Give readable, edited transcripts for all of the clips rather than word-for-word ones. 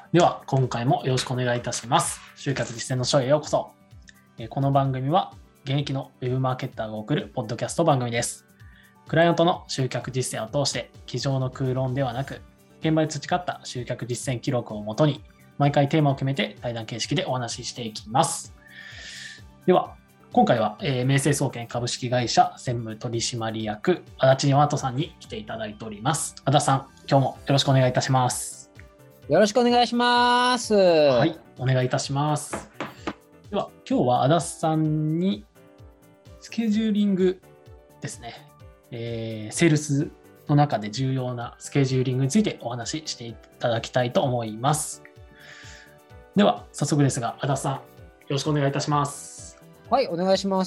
では、今回もよろしくお願いいたします。就活実践の書へようこそ。この番組は、現役のウェブマーケッターが送るポッドキャスト番組です。クライアントの集客実践を通して、机上の空論ではなく、現場で培った集客実践記録をもとに、毎回テーマを決めて対談形式でお話ししていきます。では、今回は、明星総研株式会社専務取締役、足立岩人さんに来ていただいております。足立さん、今日もよろしくお願いいたします。 よろしくお願いします。 はい、お願いいたします。では、今日は足立さんにスケジューリングですね、セールスの中で重要なスケジューリングについてお話ししていただきたいと思います。では、早速ですが、足立さん、よろしくお願いいたします。 はい、お願いします。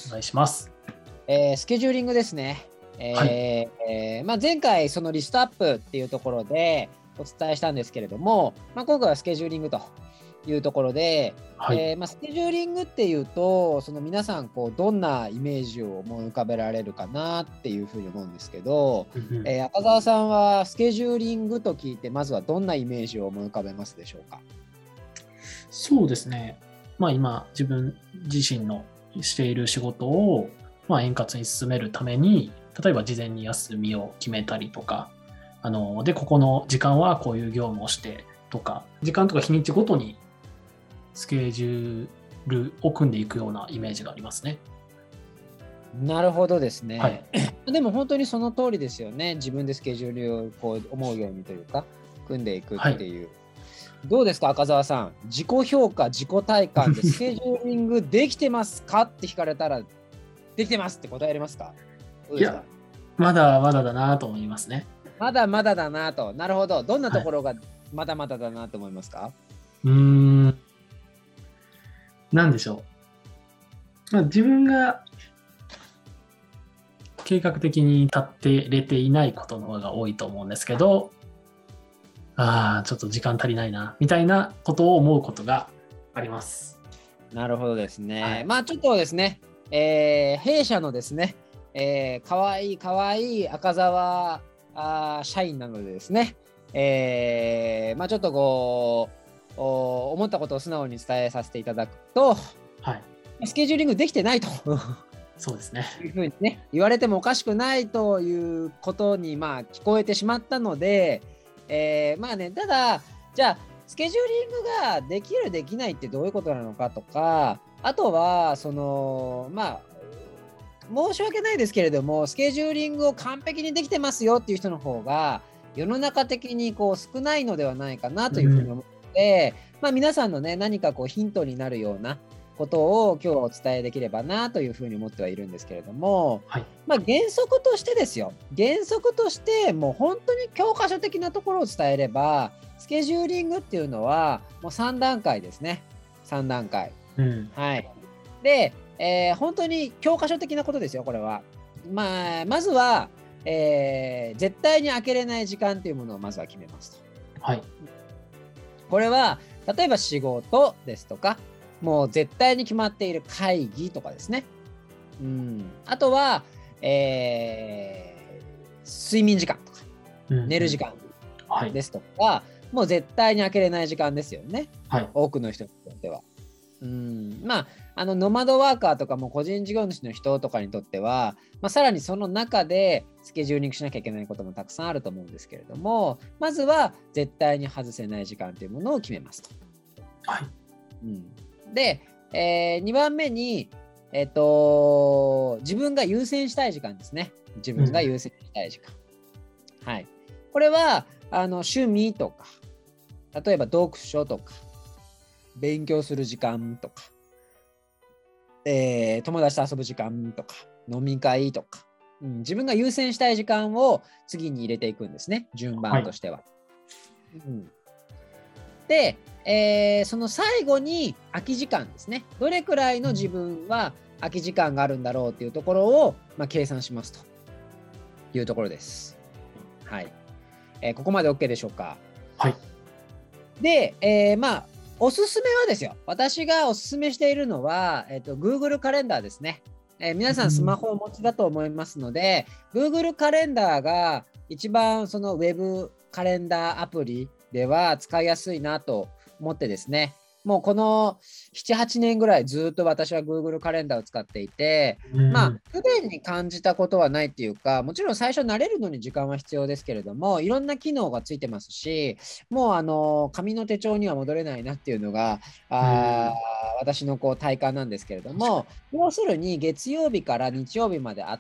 お願いします。 スケジューリングですね。前回そのリストアップっていうところでお伝えしたんですけれども、今回はスケジューリングというところで、スケジューリングっていうと、その皆さんどんなイメージを思い浮かべられるかなっていうふうに思うんですけど、赤澤さんはスケジューリングと聞いて、まずはどんなイメージを思い浮かべますでしょうか？ そうですね。今、自分自身のしている仕事を円滑に進めるために、例えば事前に休みを決めたりとか、で、ここの時間はこういう業務をしてとか、時間とか日にちごとにスケジュールを組んでいくようなイメージがありますね。 なるほどですね。 はい、 でも本当にその通りですよね。自分でスケジュールを思うようにというか、組んでいくっていう。はい、どうですか、赤澤さん。自己評価、自己体感でスケジューリングできてますかって聞かれたら、できてますって答えれますか？ いや、まだまだだなと思いますね。 まだまだだなと。なるほど。どんなところがまだまだだなと思いますか？ なんでしょう。自分が計画的に立ってれていないことの方が多いと思うんですけど、ちょっと時間足りないな、みたいなことを思うことがあります。 なるほどですね。はい、ちょっとですね、弊社のですね、かわいい赤澤社員なのでですね、ちょっと思ったことを素直に伝えさせていただくと、スケジューリングできてないとそうですね。 いうふうにね、言われてもおかしくないということに聞こえてしまったので、ただじゃあスケジューリングができるできないってどういうことなのかとか、あとはその申し訳ないですけれども、スケジューリングを完璧にできてますよっていう人の方が世の中的に少ないのではないかなというふうに思って、皆さんのね、何かヒントになるようなことを今日はお伝えできればなというふうに思ってはいるんですけれども、原則としてですよ。原則としてもう本当に教科書的なところを伝えれば、スケジューリングっていうのはもう3段階ですね。3段階。で、本当に教科書的なことですよ、これは。まずは、絶対に開けれない時間というものをまずは決めますと。これは例えば仕事ですとか、もう絶対に決まっている会議とかですね。あとは、睡眠時間とか、寝る時間ですとか、もう絶対に開けれない時間ですよね。多くの人にとっては。ノマドワーカーとかも個人事業主の人とかにとっては、さらにその中でスケジューリングしなきゃいけないこともたくさんあると思うんですけれども、まずは絶対に外せない時間というものを決めますと。で、2番目に、自分が優先したい時間ですね。自分が優先したい時間。これは趣味とか、例えば読書とか、勉強する時間とか、友達と遊ぶ時間とか、飲み会とか、自分が優先したい時間を次に入れていくんですね、順番としては。で、その最後に空き時間ですね。どれくらいの自分は空き時間があるんだろうっていうところを、計算しますというところです。ここまで OK でしょうか？で、おすすめはですよ。私がおすすめしているのは、Google カレンダーですね。皆さんスマホをお持ちだと思いますので、Google カレンダーが一番そのウェブカレンダーアプリでは使いやすいなと思ってですね、もうこの7、8年ぐらいずっと私は Google カレンダーを使っていて、不便に感じたことはないっていうか、もちろん最初慣れるのに時間は必要ですけれども、いろんな機能がついてますし、もう紙の手帳には戻れないなっていうのが私の体感なんですけれども、要するに月曜日から日曜日まであって、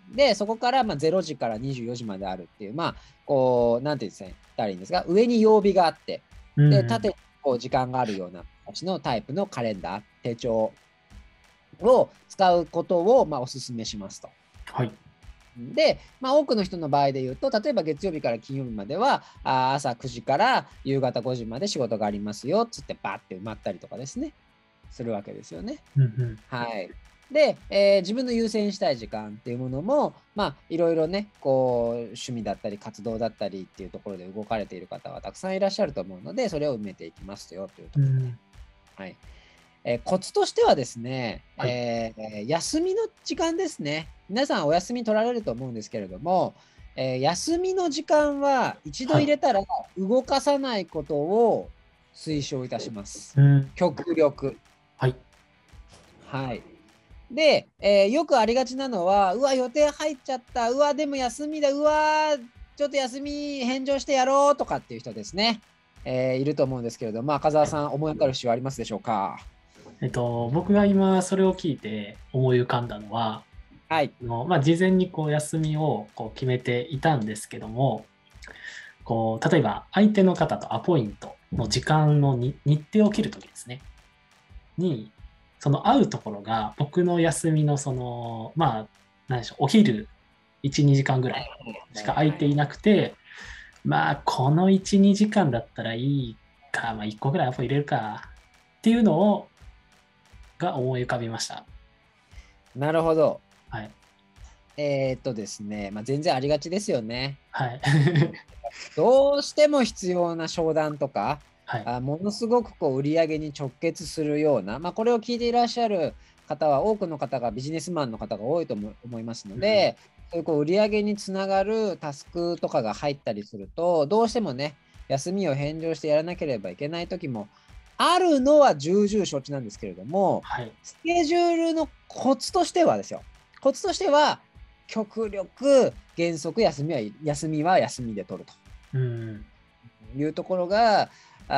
でそこから0時から24時まであるっていう、なんていうんですね、いいんですか、上に曜日があって、で縦に時間があるような形のタイプのカレンダー、手帳を使うことをお勧めしますと。 はい。 で、多くの人の場合で言うと、例えば月曜日から金曜日までは朝9時から夕方5時まで仕事がありますよっつってバーって埋まったりとかですね、するわけですよね。はい。で、自分の優先したい時間っていうものも、いろいろね、趣味だったり活動だったりっていうところで動かれている方はたくさんいらっしゃると思うので、それを埋めていきますよというところで。はい。コツとしてはですね、休みの時間ですね。皆さんお休み取られると思うんですけれども、休みの時間は一度入れたら動かさないことを推奨いたします。極力。 はい。 はい。で、よくありがちなのは、うわ、予定入っちゃった、うわ、でも休みだ、うわ、ちょっと休み返上してやろうとかっていう人ですね、いると思うんですけれども、赤澤さん、思い当たる節はありますでしょうか？ 僕が今それを聞いて思い浮かんだのは、 はい。 事前に休みを決めていたんですけども、例えば相手の方とアポイントの時間の日程を切るときですね、に、その会うところが僕の休みの何でしょう、お昼1、2時間ぐらいしか空いていなくて、この1、2時間だったらいいか、1個ぐらいアポ入れるかっていうのが思い浮かびました。 なるほど。 はい。 ですね、全然ありがちですよね。 はい。 どうしても必要な商談とか、 はい、 ものすごく売り上げに直結するような、これを聞いていらっしゃる方は、多くの方がビジネスマンの方が多いと思いますので、そういう売り上げにつながるタスクとかが入ったりすると、どうしてもね、休みを返上してやらなければいけない時もあるのは重々承知なんですけれども、 はい、 スケジュールのコツとしてはですよ、コツとしては、極力原則休みは休みで取るというところが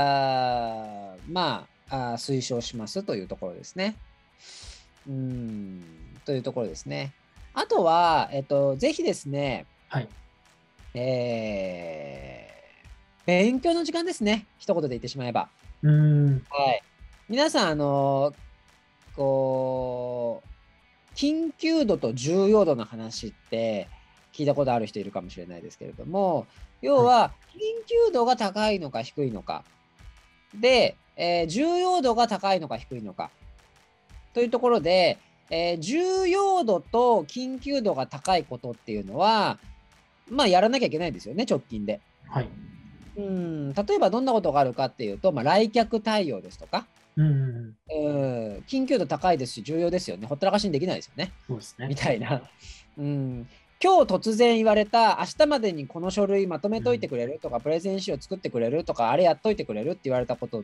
推奨しますというところですね。というところですね。あとは、ぜひですね、 はい、 勉強の時間ですね。一言で言ってしまえば。はい。皆さん、緊急度と重要度の話って聞いたことある人いるかもしれないですけれども、要は緊急度が高いのか低いのかで、重要度が高いのか低いのかというところで、重要度と緊急度が高いことっていうのはやらなきゃいけないんですよね、直近で。 はい。 例えばどんなことがあるかっていうと、来客対応ですとか、緊急度高いですし重要ですよね。ほったらかしにできないですよね。 そうですね。 みたいな。今日突然言われた、明日までにこの書類まとめといてくれるとか、プレゼン資料作ってくれるとか、あれやっといてくれるって言われたことって、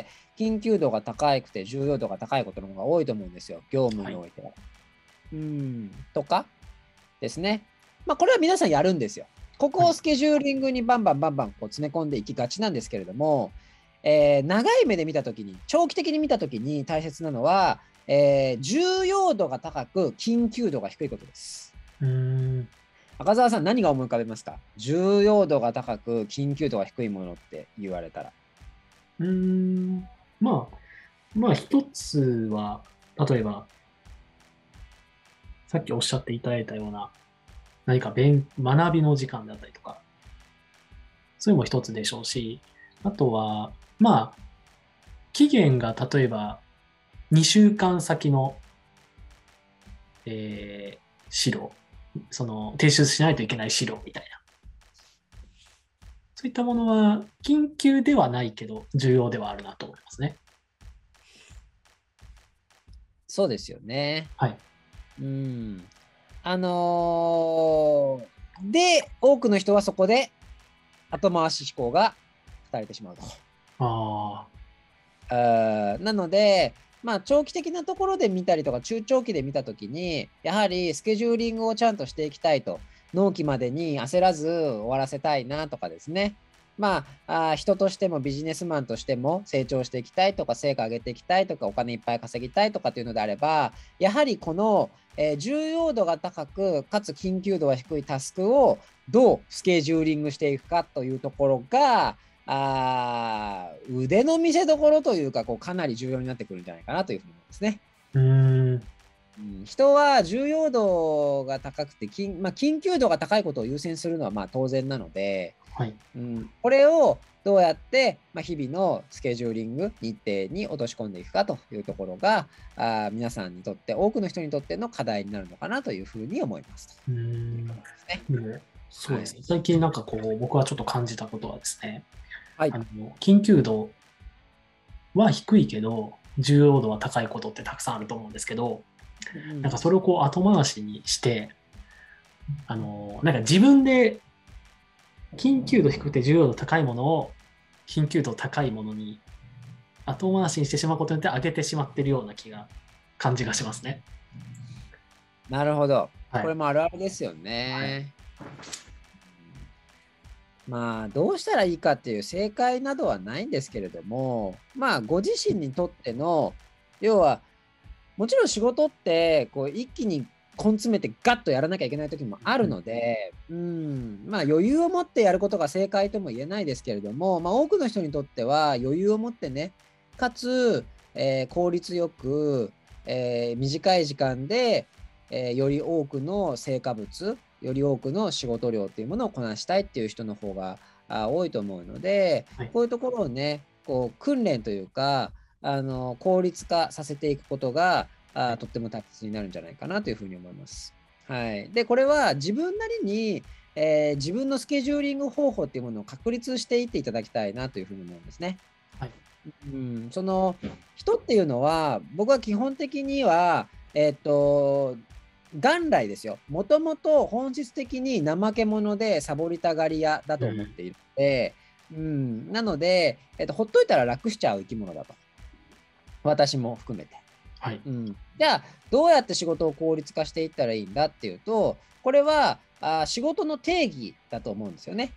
緊急度が高くて重要度が高いことの方が多いと思うんですよ。業務においては。とかですね。これは皆さんやるんですよ。ここをスケジューリングにバンバン詰め込んでいきがちなんですけれども、長い目で見たときに、長期的に見たときに大切なのは、重要度が高く緊急度が低いことです。赤澤さん、何が思い浮かべますか？重要度が高く緊急度が低いものって言われたら。 一つは、例えば、さっきおっしゃっていただいたような、何か学びの時間だったりとか、それも一つでしょうし、あとは、期限が例えば2週間先の、資料、提出しないといけない資料みたいな。そういったものは緊急ではないけど重要ではあるなと思いますね。 そうですよね。 はい。 で、多くの人はそこで後回し思考が働いてしまうと。 あなので、長期的なところで見たりとか中長期で見たときに、やはりスケジューリングをちゃんとしていきたいと、納期までに焦らず終わらせたいなとかですね。人としてもビジネスマンとしても成長していきたいとか、成果上げていきたいとか、お金いっぱい稼ぎたいとかっていうのであれば、やはりこの、重要度が高く、かつ緊急度が低いタスクをどうスケジューリングしていくかというところが、腕の見せ所というか、かなり重要になってくるんじゃないかなというふうに思いますね。人は重要度が高くて緊急度が高いことを優先するのは当然なので、 はい。 これをどうやって、日々のスケジューリング、日程に落とし込んでいくかというところが、皆さんにとって、多くの人にとっての課題になるのかなというふうに思いますということですね。 そうですね。最近なんか僕はちょっと感じたことはですね、 はい。 緊急度は低いけど、重要度は高いことってたくさんあると思うんですけど、なんかそれを後回しにして、なんか自分で緊急度低くて重要度高いものを緊急度高いものに後回しにしてしまうことによって上げてしまっているような感じがしますね。 なるほど。 はい、 これもあるあるですよね。どうしたらいいかっていう正解などはないんですけれども、ご自身にとっての、要は、もちろん仕事って一気に根詰めてガッとやらなきゃいけない時もあるので、余裕を持ってやることが正解とも言えないですけれども、多くの人にとっては余裕を持ってね、かつ、効率よく、短い時間で、より多くの成果物、より多くの仕事量っていうものをこなしたいっていう人の方が多いと思うので、 はい、 こういうところをね、訓練というか、効率化させていくことがとっても大切になるんじゃないかなというふうに思います。はい。で、これは自分なりに、自分のスケジューリング方法っていうものを確立していっていただきたいなというふうに思うんですね。 はい、 その人っていうのは、僕は基本的には、元来ですよ。もともと本質的に怠け者でサボりたがり屋だと思っているので、なので、ほっといたら楽しちゃう生き物だと。私も含めて。 はい、 じゃあ、どうやって仕事を効率化していったらいいんだっていうと、これは仕事の定義だと思うんですよね。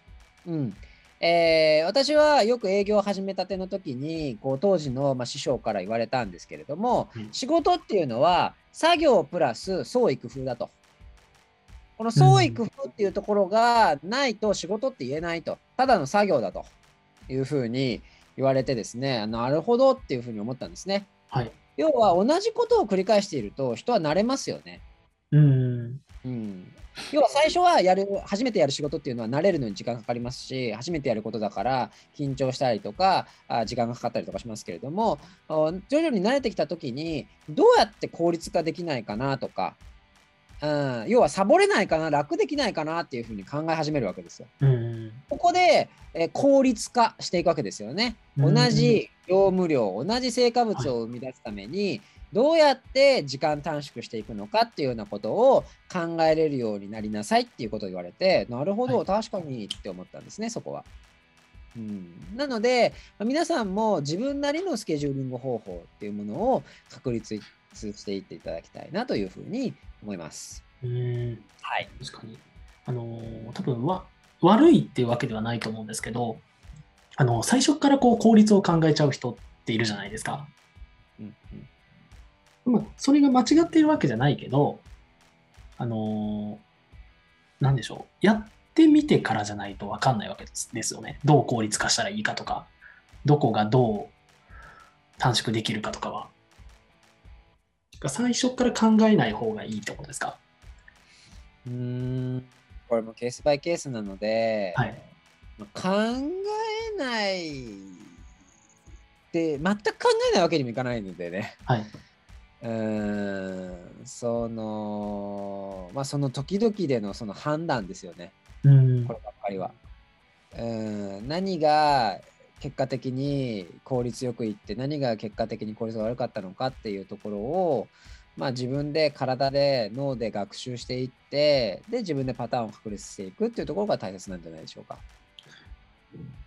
私はよく営業を始めたての時に当時の師匠から言われたんですけれども、仕事っていうのは作業プラス創意工夫だと。この創意工夫っていうところがないと仕事って言えないと。ただの作業だというふうに言われてですね、なるほどっていうふうに思ったんですね。 はい。 要は同じことを繰り返していると人は慣れますよね。要は最初は初めてやる仕事っていうのは慣れるのに時間かかりますし、初めてやることだから緊張したりとか時間がかかったりとかしますけれども、徐々に慣れてきた時にどうやって効率化できないかなとか、要はサボれないかな、楽できないかなっていうふうに考え始めるわけですよ。ここで、効率化していくわけですよね。同じ業務量、同じ成果物を生み出すために、どうやって時間短縮していくのかっていうようなことを考えれるようになりなさいっていうことを言われて、なるほど、確かにって思ったんですね、そこは。なので、皆さんも自分なりのスケジューリング方法っていうものを確立していっていただきたいなというふうに思います。はい。 確かに。多分悪いっていうわけではないと思うんですけど、最初から効率を考えちゃう人っているじゃないですか。それが間違っているわけじゃないけど、なんでしょう。やってみてからじゃないと分かんないわけですよね。どう効率化したらいいかとか、どこがどう短縮できるかとかは。最初から考えない方がいいってことですか？ これもケースバイケースなので、 はい。 考えないで、全く考えないわけにもいかないのでね。 はい。 その時々でのその判断ですよね。こればっかりは。何が結果的に効率よくいって、何が結果的に効率が悪かったのかっていうところを、自分で体で脳で学習していって、で、自分でパターンを確立していくっていうところが大切なんじゃないでしょうか。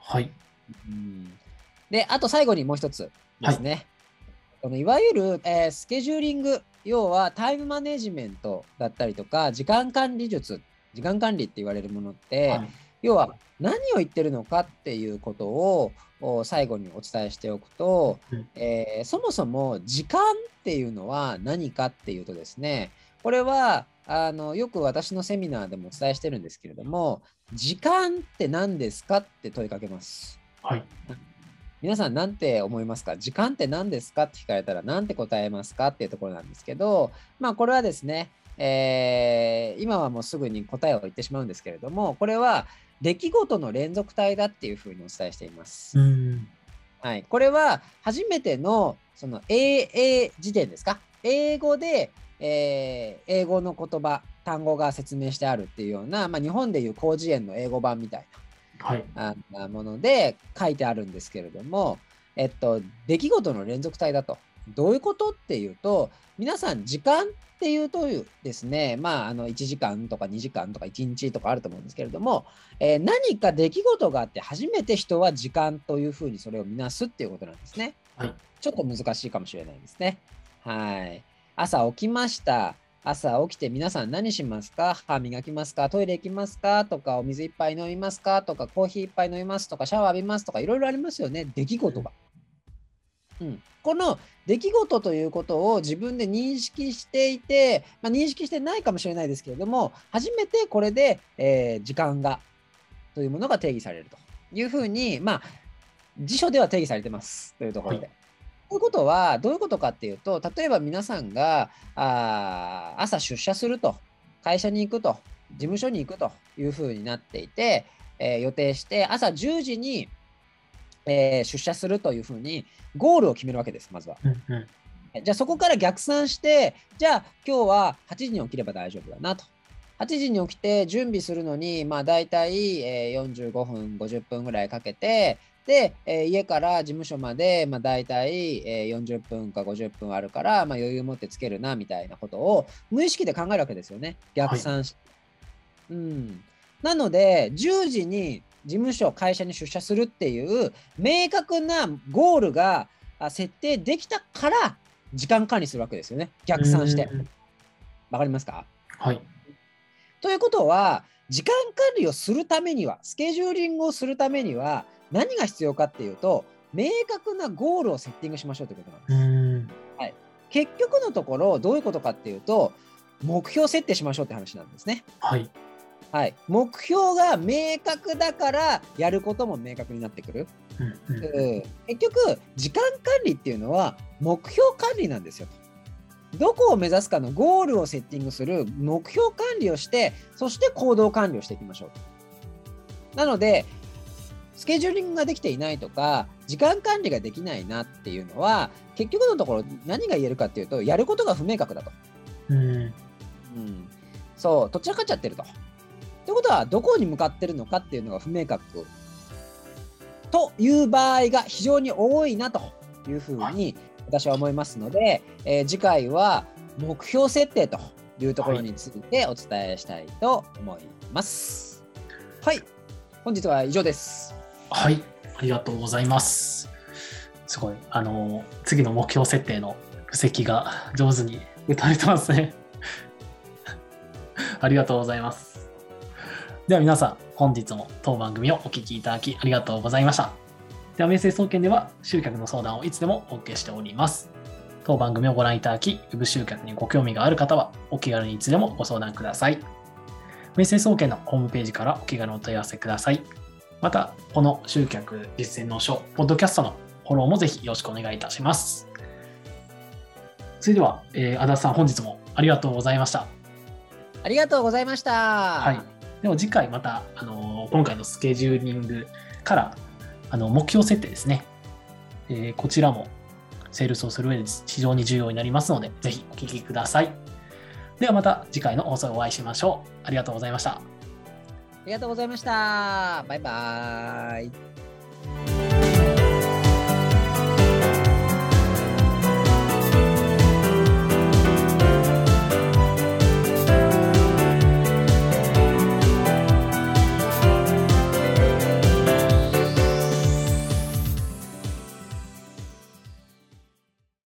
はい。 で、あと最後にもう一つですね。いわゆる、スケジューリング、要はタイムマネジメントだったりとか、時間管理術、時間管理って言われるものって、要は何を言ってるのかっていうことを最後にお伝えしておくと、そもそも時間っていうのは何かっていうとですね、これはよく私のセミナーでもお伝えしてるんですけれども、時間って何ですかって問いかけます。 はい。 皆さん何て思いますか？時間って何ですかって聞かれたら何て答えますかっていうところなんですけど、これはですね、今はもうすぐに答えを言ってしまうんですけれども、これは出来事の連続体だっていうふうにお伝えしています。はい、これは初めてのその英辞典ですか？英語で、英語の言葉、単語が説明してあるっていうような、日本でいう広辞苑の英語版みたいなもので書いてあるんですけれども、出来事の連続体だと。どういうことっていうと、皆さん時間っていうとですね、1時間とか2時間とか1日とかあると思うんですけれども、何か出来事があって初めて人は時間というふうにそれを見なすっていうことなんですね。 はい。 ちょっと難しいかもしれないですね。はい。朝起きました。朝起きて皆さん何しますか？歯磨きますか？トイレ行きますか？とか、お水いっぱい飲みますか？とか、コーヒーいっぱい飲みますとか、シャワー浴びますとか、いろいろありますよね、出来事が。この出来事ということを自分で認識していて、認識してないかもしれないですけれども、初めてこれで、時間がというものが定義されるというふうに、辞書では定義されてますというところで。ということはどういうことかっていうと、例えば皆さんが朝出社すると、会社に行くと、事務所に行くというふうになっていて、予定して朝10時に出社するというふうにゴールを決めるわけです、まずは。じゃあそこから逆算して、じゃあ今日は8時に起きれば大丈夫だなと。8時に起きて準備するのに、だいたい45分、50分ぐらいかけて、で、家から事務所まで、だいたい40分か50分あるから、余裕持ってつけるな、みたいなことを無意識で考えるわけですよね。逆算して。なので、10時に事務所、会社に出社するっていう明確なゴールが設定できたから時間管理するわけですよね。逆算して。わかりますか？ はい。 ということは、時間管理をするためには、スケジューリングをするためには何が必要かっていうと、明確なゴールをセッティングしましょうということなんです。はい。結局のところ、どういうことかっていうと、目標設定しましょうって話なんですね。 はい。 はい、目標が明確だからやることも明確になってくる。結局時間管理っていうのは目標管理なんですよ。どこを目指すかのゴールをセッティングする目標管理をして、そして行動管理をしていきましょう。なのでスケジューリングができていないとか時間管理ができないなっていうのは結局のところ何が言えるかっていうと、やることが不明確だと。そう、どちらかっちゃってると。ということはどこに向かってるのかっていうのが不明確という場合が非常に多いなというふうに私は思いますので、次回は目標設定というところについてお伝えしたいと思います。はい、本日は以上です。 はい、ありがとうございます。すごい次の目標設定の布石が上手に打たれてますね。ありがとうございます。では皆さん、本日も当番組をお聞きいただきありがとうございました。では、明生総研では集客の相談をいつでもお受けしております。当番組をご覧いただき、ウブ集客にご興味がある方は、お気軽にいつでもご相談ください。明生総研のホームページからお気軽にお問い合わせください。また、この集客実践の書、ポッドキャストのフォローもぜひよろしくお願いいたします。それでは、足立さん、本日もありがとうございました。 ありがとうございました。 はい。でも次回また、今回のスケジューリングから目標設定ですね、こちらもセールスをする上で非常に重要になりますので、ぜひお聞きください。ではまた次回の放送でお会いしましょう。ありがとうございました。 ありがとうございました。バイバーイ。